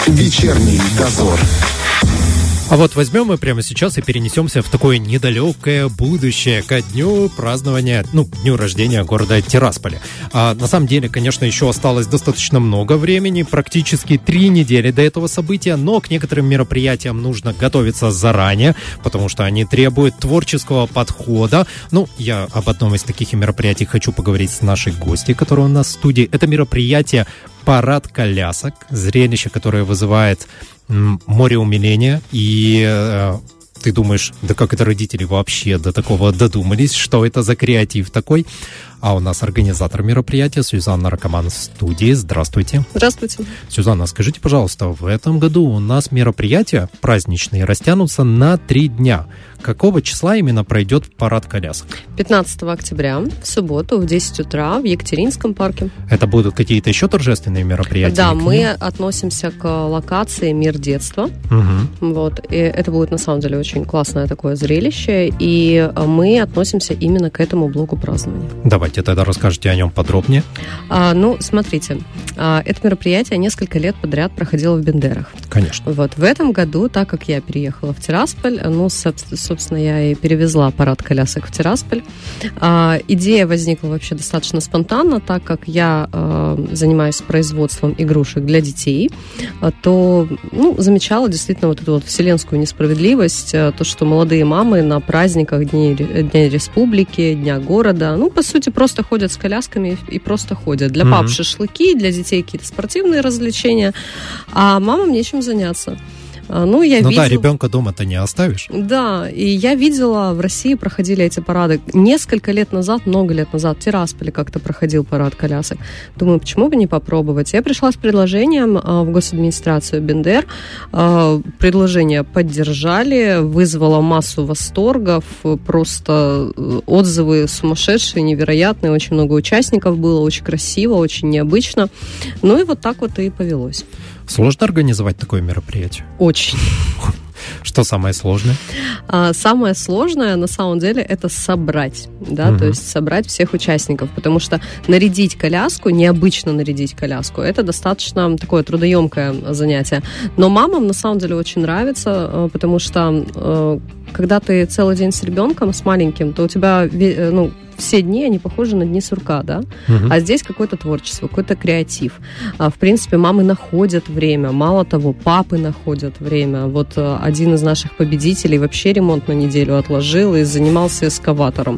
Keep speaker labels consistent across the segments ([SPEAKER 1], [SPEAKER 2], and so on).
[SPEAKER 1] Вечерний дозор.
[SPEAKER 2] А вот возьмем мы прямо сейчас и перенесемся в такое недалекое будущее ко дню празднования, дню рождения города Тирасполя. На самом деле, конечно, еще осталось достаточно много времени, практически 3 недели до этого события, но к некоторым мероприятиям нужно готовиться заранее, потому что они требуют творческого подхода. Я об одном из таких мероприятий хочу поговорить с нашей гостьей, которая у нас в студии. Это мероприятие «Парад колясок», зрелище, которое вызывает море умиления, и ты думаешь, да как это родители вообще до такого додумались, что это за креатив такой? А у нас организатор мероприятия Сюзанна Ракаман в студии. Здравствуйте.
[SPEAKER 3] Здравствуйте.
[SPEAKER 2] Сюзанна, скажите, пожалуйста, в этом году у нас мероприятия праздничные растянутся на 3 дня. Какого числа именно пройдет парад колясок?
[SPEAKER 3] 15 октября, в субботу, в 10 утра в Екатеринском парке.
[SPEAKER 2] Это будут какие-то еще торжественные мероприятия?
[SPEAKER 3] Да, мы относимся к локации «Мир детства». Угу. И это будет, на самом деле, очень классное такое зрелище, и мы относимся именно к этому блоку празднования.
[SPEAKER 2] Давайте тогда расскажите о нем подробнее.
[SPEAKER 3] Смотрите, это мероприятие несколько лет подряд проходило в Бендерах.
[SPEAKER 2] Конечно.
[SPEAKER 3] В этом году, так как я переехала в Тирасполь, собственно, я и перевезла парад колясок в Тирасполь. Идея возникла вообще достаточно спонтанно, так как я занимаюсь производством игрушек для детей, то замечала действительно вот эту вот вселенскую несправедливость, то, что молодые мамы на праздниках Дня Республики, Дня города, по сути, просто ходят с колясками и просто ходят. Для пап шашлыки, для детей какие-то спортивные развлечения, а мамам нечем заняться.
[SPEAKER 2] Ребенка дома-то не оставишь.
[SPEAKER 3] Да, и я видела, в России проходили эти парады. Несколько лет назад, много лет назад в Тирасполе как-то проходил парад колясок. Думаю, почему бы не попробовать? Я пришла с предложением в госадминистрацию Бендер. Предложение поддержали, вызвало массу восторгов, просто отзывы сумасшедшие, невероятные, очень много участников было, очень красиво, очень необычно. И вот так вот и повелось.
[SPEAKER 2] Сложно организовать такое мероприятие?
[SPEAKER 3] Очень.
[SPEAKER 2] Что самое сложное?
[SPEAKER 3] Самое сложное, на самом деле, это собрать, то есть собрать всех участников, потому что нарядить коляску, необычно нарядить коляску, это достаточно такое трудоемкое занятие. Но мамам, на самом деле, очень нравится, потому что когда ты целый день с ребенком, с маленьким, то у тебя, все дни, они похожи на дни сурка, да? А здесь какое-то творчество, какой-то креатив. В принципе, мамы находят время. Мало того, папы находят время. Вот один из наших победителей вообще ремонт на неделю отложил и занимался эскаватором.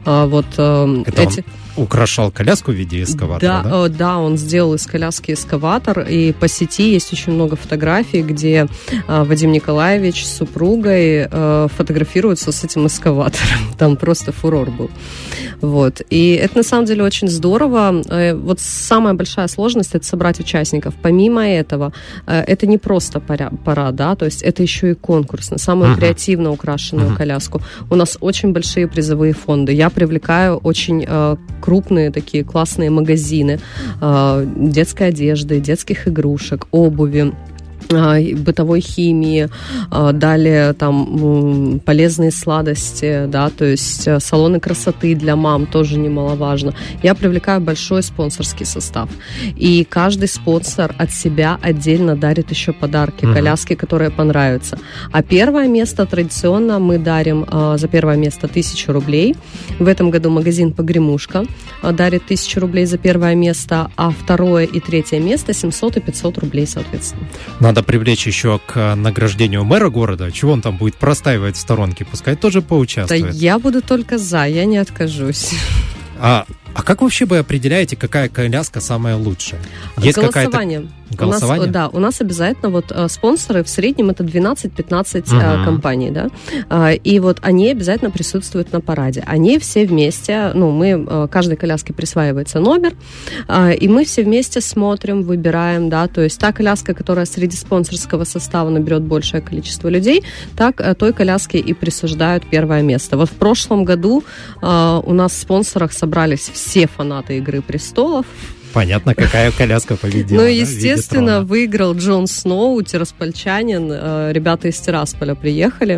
[SPEAKER 2] Украшал коляску в виде эскаватора, да?
[SPEAKER 3] Да, он сделал из коляски эскаватор, и по сети есть очень много фотографий, где Вадим Николаевич с супругой фотографируются с этим эскаватором. Там просто фурор был. И это на самом деле очень здорово. Самая большая сложность — это собрать участников. Помимо этого, это не просто парад, да, то есть это еще и конкурс на самую креативно украшенную коляску. У нас очень большие призовые фонды. Я привлекаю очень крупные такие классные магазины детской одежды, детских игрушек, обуви, бытовой химии, далее там полезные сладости, да, то есть салоны красоты для мам тоже немаловажно. Я привлекаю большой спонсорский состав, и каждый спонсор от себя отдельно дарит еще подарки, коляски, которые понравятся. А первое место традиционно мы дарим за первое место 1000 рублей. В этом году магазин «Погремушка» дарит 1000 рублей за первое место, а второе и третье место 700 и 500 рублей соответственно.
[SPEAKER 2] Надо привлечь еще к награждению мэра города. Чего он там будет простаивать в сторонке? Пускай тоже поучаствует.
[SPEAKER 3] Да я буду только за, я не откажусь.
[SPEAKER 2] А как вообще вы определяете, какая коляска самая лучшая? Есть
[SPEAKER 3] голосование.
[SPEAKER 2] Голосование?
[SPEAKER 3] У нас обязательно спонсоры в среднем это 12-15 компаний, да, и они обязательно присутствуют на параде. Они все вместе, каждой коляске присваивается номер, и мы все вместе смотрим, выбираем, да, то есть та коляска, которая среди спонсорского состава наберет большее количество людей, так той коляске и присуждают первое место. В прошлом году у нас в спонсорах собрались все фанаты «Игры престолов».
[SPEAKER 2] Понятно, какая коляска победила.
[SPEAKER 3] Естественно, выиграл Джон Сноу, тираспольчанин. Ребята из Тирасполя приехали.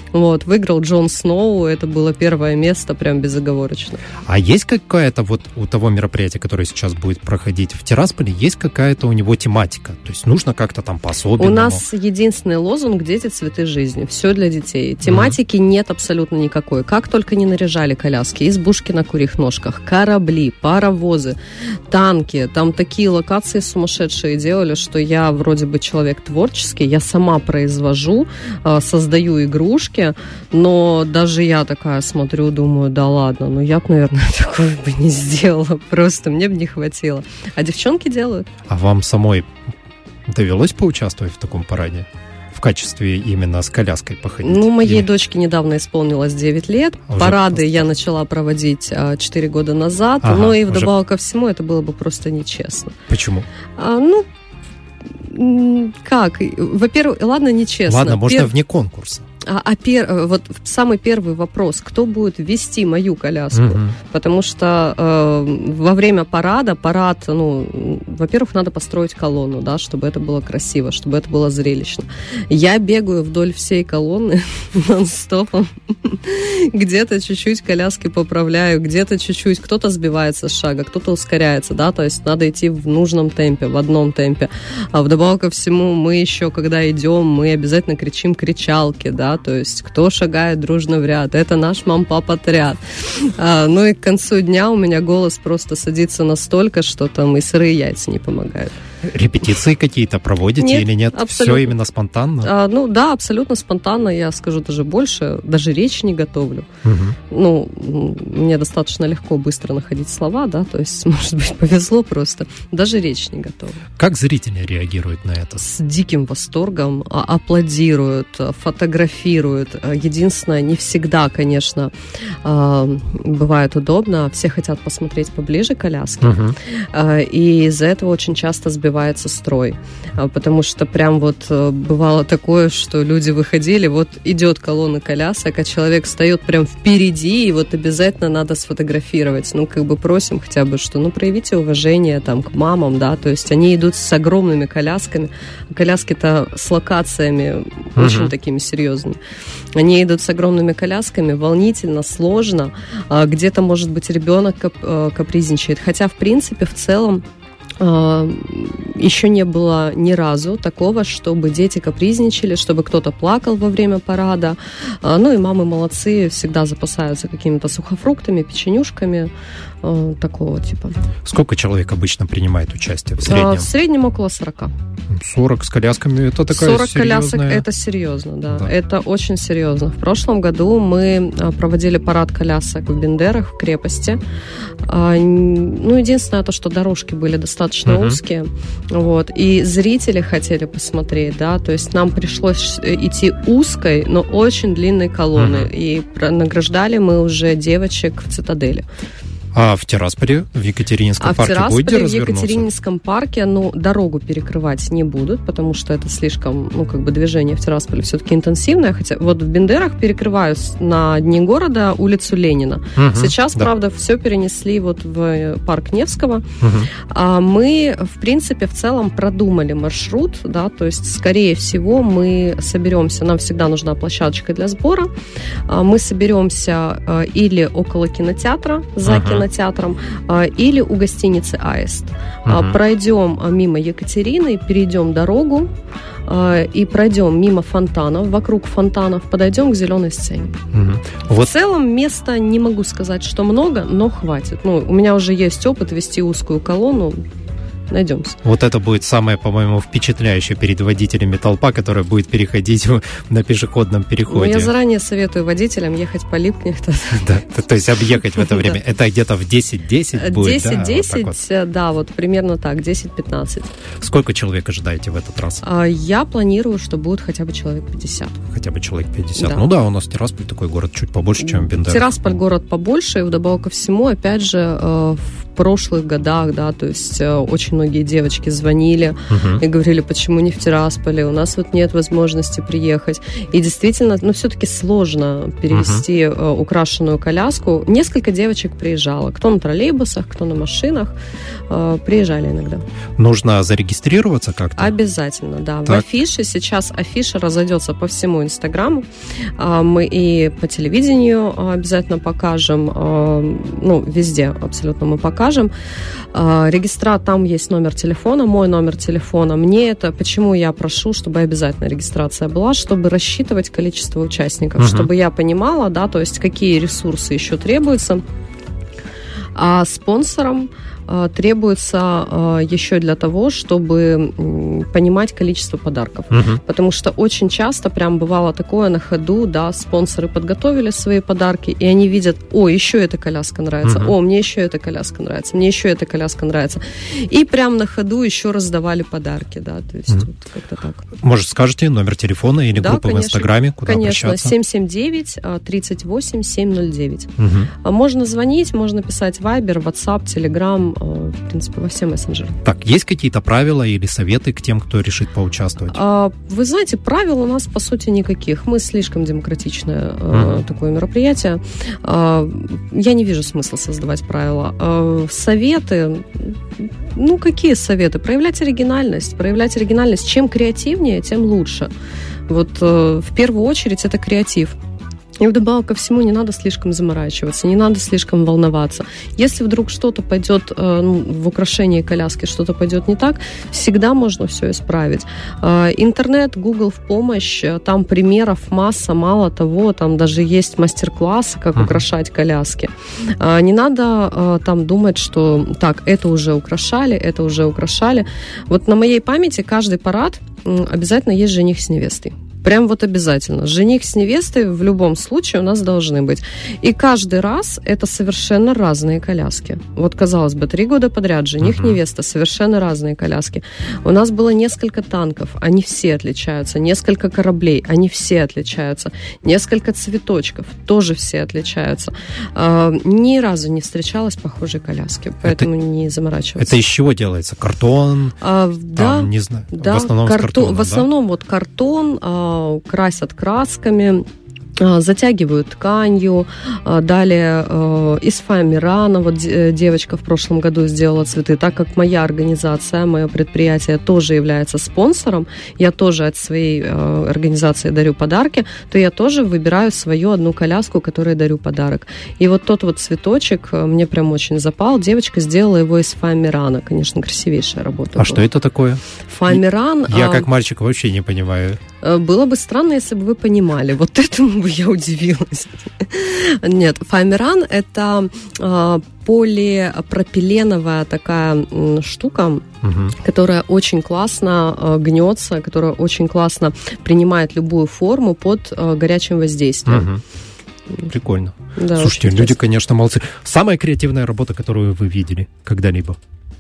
[SPEAKER 3] Вот, выиграл Джон Сноу, это было первое место, прям безоговорочно.
[SPEAKER 2] А есть какая-то вот у того мероприятия, которое сейчас будет проходить в Тирасполе, есть какая-то у него тематика? То есть нужно как-то там по-особенному?
[SPEAKER 3] У нас единственный лозунг «Дети, цветы жизни». Все для детей. Тематики нет абсолютно никакой. Как только не наряжали коляски, избушки на курьих ножках, корабли, паровозы, танки, там такие локации сумасшедшие делали, что я вроде бы человек творческий, я сама произвожу, создаю игрушки, но даже я такая смотрю, думаю, да ладно, ну я бы, наверное, такое бы не сделала, просто мне бы не хватило. А девчонки делают.
[SPEAKER 2] А вам самой довелось поучаствовать в таком параде? В качестве именно с коляской походить?
[SPEAKER 3] Ну, моей дочке недавно исполнилось 9 лет. Парады я начала проводить 4 года назад, но и вдобавок ко всему это было бы просто нечестно.
[SPEAKER 2] Почему?
[SPEAKER 3] Как? Во-первых, ладно, нечестно.
[SPEAKER 2] Ладно, можно вне конкурса.
[SPEAKER 3] Вот самый первый вопрос, кто будет вести мою коляску? Потому что во время парад, во-первых, надо построить колонну, да, чтобы это было красиво, чтобы это было зрелищно. Я бегаю вдоль всей колонны нон-стопом, где-то чуть-чуть коляски поправляю, где-то чуть-чуть, кто-то сбивается с шага, кто-то ускоряется, да, то есть надо идти в нужном темпе, в одном темпе. А вдобавок ко всему, мы еще, когда идем, мы обязательно кричим кричалки, да, то есть кто шагает дружно в ряд, это наш мам-пап-отряд. Ну и к концу дня у меня голос просто садится настолько, что там и сырые яйца не помогают.
[SPEAKER 2] Репетиции какие-то проводите или нет?
[SPEAKER 3] Абсолютно.
[SPEAKER 2] Все именно спонтанно?
[SPEAKER 3] Да, абсолютно спонтанно, я скажу даже больше, даже речь не готовлю. Мне достаточно легко быстро находить слова, да, то есть, может быть, повезло просто. Даже речь не готовлю.
[SPEAKER 2] Как зрители реагируют на это?
[SPEAKER 3] С диким восторгом, аплодируют, фотографируют. Единственное, не всегда, конечно, бывает удобно, все хотят посмотреть поближе коляски, и из-за этого очень часто сбивается строй, потому что прям вот бывало такое, что люди выходили, вот идет колонна колясок, а человек встает прям впереди, и вот обязательно надо сфотографировать. Просим хотя бы, что, проявите уважение там к мамам, да, то есть они идут с огромными колясками, коляски-то с локациями очень такими серьезными. Они идут с огромными колясками, волнительно, сложно, где-то, может быть, ребенок капризничает, хотя, в принципе, в целом еще не было ни разу такого, чтобы дети капризничали, чтобы кто-то плакал во время парада. И мамы молодцы, всегда запасаются какими-то сухофруктами, печенюшками, такого типа.
[SPEAKER 2] Сколько человек обычно принимает участие в среднем?
[SPEAKER 3] В среднем около 40.
[SPEAKER 2] 40 с колясками, это такая
[SPEAKER 3] 40
[SPEAKER 2] серьезная...
[SPEAKER 3] колясок, это серьезно, да. Это очень серьезно. В прошлом году мы проводили парад колясок в Бендерах, в крепости. Единственное то, что дорожки были достаточно узкие, вот, и зрители хотели посмотреть, да, то есть нам пришлось идти узкой, но очень длинной колонной, и награждали мы уже девочек в Цитадели.
[SPEAKER 2] А в Тирасполе, в Екатерининском парке будете развернуться?
[SPEAKER 3] В Екатерининском парке, дорогу перекрывать не будут, потому что это слишком, движение в Тирасполе все-таки интенсивное, хотя вот в Бендерах перекрывают на дни города улицу Ленина. Сейчас, правда, все перенесли вот в парк Невского. А мы, в принципе, в целом продумали маршрут, да, то есть, скорее всего, мы соберемся, нам всегда нужна площадочка для сбора, мы соберемся или около кинотеатра, за кинотеатром, или у гостиницы «Аист». Пройдем мимо Екатерины, перейдем дорогу и пройдем мимо фонтанов, вокруг фонтанов, подойдем к зеленой сцене. В целом места не могу сказать, что много, но хватит. У меня уже есть опыт вести узкую колонну. Найдемся.
[SPEAKER 2] Вот это будет самое, по-моему, впечатляющее перед водителями толпа, которая будет переходить на пешеходном переходе.
[SPEAKER 3] Я заранее советую водителям ехать по Липкнехту.
[SPEAKER 2] Да, то есть объехать в это время. Это где-то в 10-10 будет?
[SPEAKER 3] 10-10, да, вот примерно так, 10-15.
[SPEAKER 2] Сколько человек ожидаете в этот раз?
[SPEAKER 3] Я планирую, что будет хотя бы человек 50.
[SPEAKER 2] Хотя бы человек 50. Да. У нас Тирасполь такой город чуть побольше, чем Бендер.
[SPEAKER 3] Тирасполь город побольше, и вдобавок ко всему, опять же, в прошлых годах, да, то есть очень многие девочки звонили и говорили, почему не в Тирасполе, у нас вот нет возможности приехать. И действительно, все-таки сложно перевести украшенную коляску. Несколько девочек приезжало, кто на троллейбусах, кто на машинах, приезжали иногда.
[SPEAKER 2] Нужно зарегистрироваться как-то?
[SPEAKER 3] Обязательно, да.
[SPEAKER 2] Так.
[SPEAKER 3] В афише, сейчас афиша разойдется по всему Инстаграму, мы и по телевидению обязательно покажем, везде абсолютно мы покажем. Там есть номер телефона, мой номер телефона. Почему я прошу, чтобы обязательно регистрация была, чтобы рассчитывать количество участников, чтобы я понимала, да, то есть какие ресурсы еще требуются. А спонсорам требуется еще для того, чтобы понимать количество подарков. Потому что очень часто прям бывало такое на ходу, да, спонсоры подготовили свои подарки, и они видят, еще эта коляска нравится, мне еще эта коляска нравится, мне еще эта коляска нравится. И прям на ходу еще раздавали подарки, да, то есть вот как-то так.
[SPEAKER 2] Может, скажете номер телефона или группу в Инстаграме, куда обращаться?
[SPEAKER 3] Конечно, 779-38-709. Можно звонить, можно писать Viber, WhatsApp, Telegram, в принципе, во все мессенджеры.
[SPEAKER 2] Так, есть какие-то правила или советы к тем, кто решит поучаствовать?
[SPEAKER 3] Вы знаете, правил у нас, по сути, никаких. Мы слишком демократичное такое мероприятие. Я не вижу смысла создавать правила. Советы... какие советы? Проявлять оригинальность. Чем креативнее, тем лучше. Вот в первую очередь это креатив. И вдобавок ко всему не надо слишком заморачиваться, не надо слишком волноваться. Если вдруг что-то пойдет в украшении коляски, что-то пойдет не так, всегда можно все исправить. Интернет, Google в помощь, там примеров масса, мало того, там даже есть мастер-классы, как украшать коляски. Не надо там думать, что так, это уже украшали. Вот на моей памяти каждый парад обязательно есть жених с невестой. Прям вот обязательно. Жених с невестой в любом случае у нас должны быть. И каждый раз это совершенно разные коляски. Вот, казалось бы, 3 года подряд жених-невеста, совершенно разные коляски. У нас было несколько танков, они все отличаются. Несколько кораблей, они все отличаются. Несколько цветочков, тоже все отличаются. Ни разу не встречалась похожей коляски, поэтому не заморачиваться.
[SPEAKER 2] Это из чего делается? Картон?
[SPEAKER 3] Да,
[SPEAKER 2] не знаю.
[SPEAKER 3] Да,
[SPEAKER 2] в основном картон.
[SPEAKER 3] В основном вот картон, красят красками, затягивают тканью. Далее из фоамирана. Вот девочка в прошлом году сделала цветы. Так как моя организация, мое предприятие тоже является спонсором, я тоже от своей организации дарю подарки, то я тоже выбираю свою одну коляску, которой дарю подарок. И вот тот вот цветочек мне прям очень запал. Девочка сделала его из фоамирана. Конечно, красивейшая работа была.
[SPEAKER 2] Что это такое?
[SPEAKER 3] Фоамиран...
[SPEAKER 2] Я как мальчик вообще не понимаю.
[SPEAKER 3] Было бы странно, если бы вы понимали. Вот этому бы я удивилась. Нет, фоамиран – это полипропиленовая такая штука, которая очень классно гнется, которая очень классно принимает любую форму под горячим воздействием.
[SPEAKER 2] Прикольно.
[SPEAKER 3] Да,
[SPEAKER 2] слушайте, люди, конечно, молодцы. Самая креативная работа, которую вы видели когда-либо?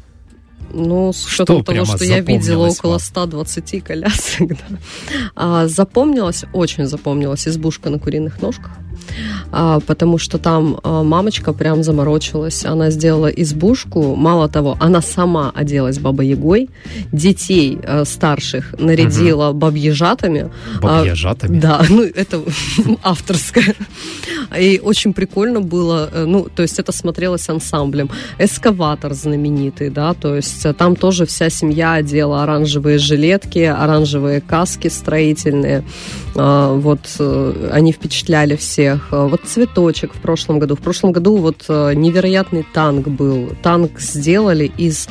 [SPEAKER 3] С учетом того, что я видела около 120 колясок. Да. Очень запомнилась избушка на куриных ножках, потому что там мамочка прям заморочилась. Она сделала избушку. Мало того, она сама оделась бабой-ягой, детей старших нарядила бабьежатами.
[SPEAKER 2] Бабьежатами?
[SPEAKER 3] Да, это авторское. И очень прикольно было, то есть это смотрелось ансамблем. Эскаватор знаменитый, да, то есть там тоже вся семья одела оранжевые жилетки, оранжевые каски строительные. Вот они впечатляли всех. Вот цветочек в прошлом году. В прошлом году вот невероятный танк был. Танк сделали из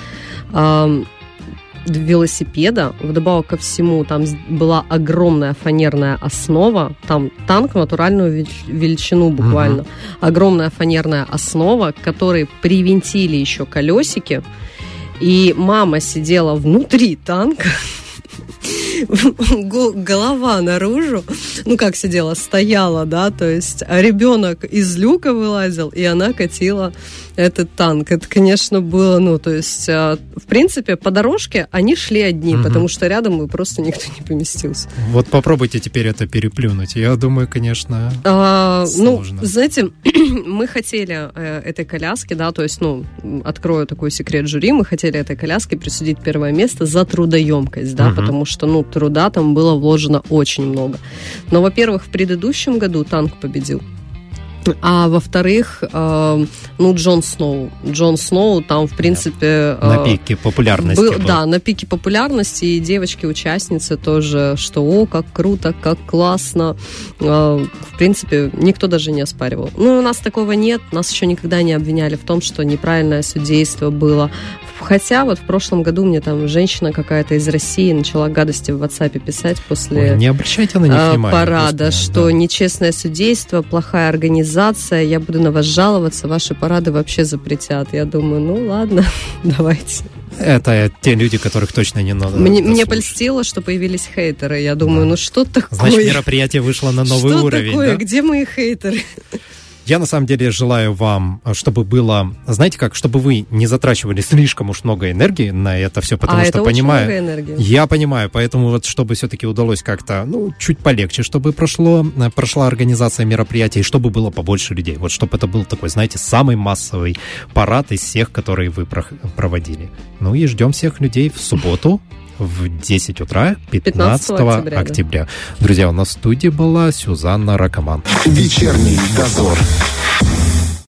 [SPEAKER 3] велосипеда. Вдобавок ко всему там была огромная фанерная основа. Там танк в натуральную величину буквально. Огромная фанерная основа, к которой привинтили еще колесики. И мама сидела внутри танка, голова наружу, сидела, стояла, да, то есть ребенок из люка вылазил, и она катила этот танк. Это, конечно, было, в принципе, по дорожке они шли одни, потому что рядом просто никто не поместился.
[SPEAKER 2] Вот попробуйте теперь это переплюнуть. Я думаю, конечно, сложно.
[SPEAKER 3] Знаете, Мы хотели этой коляски, да, то есть, открою такой секрет жюри, мы хотели этой коляске присудить первое место за трудоемкость, да, потому что, труда там было вложено очень много. Но, во-первых, в предыдущем году танк победил. А во-вторых, Джон Сноу. Джон Сноу там, в принципе...
[SPEAKER 2] На пике популярности был.
[SPEAKER 3] Да, на пике популярности, и девочки-участницы тоже, что как круто, как классно. В принципе, никто даже не оспаривал. У нас такого нет, нас еще никогда не обвиняли в том, что неправильное судейство было. Хотя вот в прошлом году мне там женщина какая-то из России начала гадости в WhatsApp писать после
[SPEAKER 2] не обращайте на них внимания,
[SPEAKER 3] парада, что нечестное судейство, плохая организация, я буду на вас жаловаться, ваши парады вообще запретят. Я думаю, ладно, давайте.
[SPEAKER 2] Это те люди, которых точно не надо.
[SPEAKER 3] Мне польстило, что появились хейтеры. Я думаю, что такое?
[SPEAKER 2] Значит, мероприятие вышло на новый уровень.
[SPEAKER 3] Что такое?
[SPEAKER 2] Да?
[SPEAKER 3] Где мои хейтеры?
[SPEAKER 2] Я, на самом деле, желаю вам, чтобы было, знаете как, чтобы вы не затрачивали слишком уж много энергии на это все, потому что, понимаю...
[SPEAKER 3] очень много энергии.
[SPEAKER 2] Я понимаю, поэтому вот, чтобы все-таки удалось как-то, чуть полегче, чтобы прошла организация мероприятий, и чтобы было побольше людей. Вот, чтобы это был такой, знаете, самый массовый парад из всех, которые вы проводили. И ждем всех людей в субботу в 10 утра 15 октября. Да. Друзья, у нас в студии была Сюзанна Ракоман.
[SPEAKER 1] Вечерний дозор.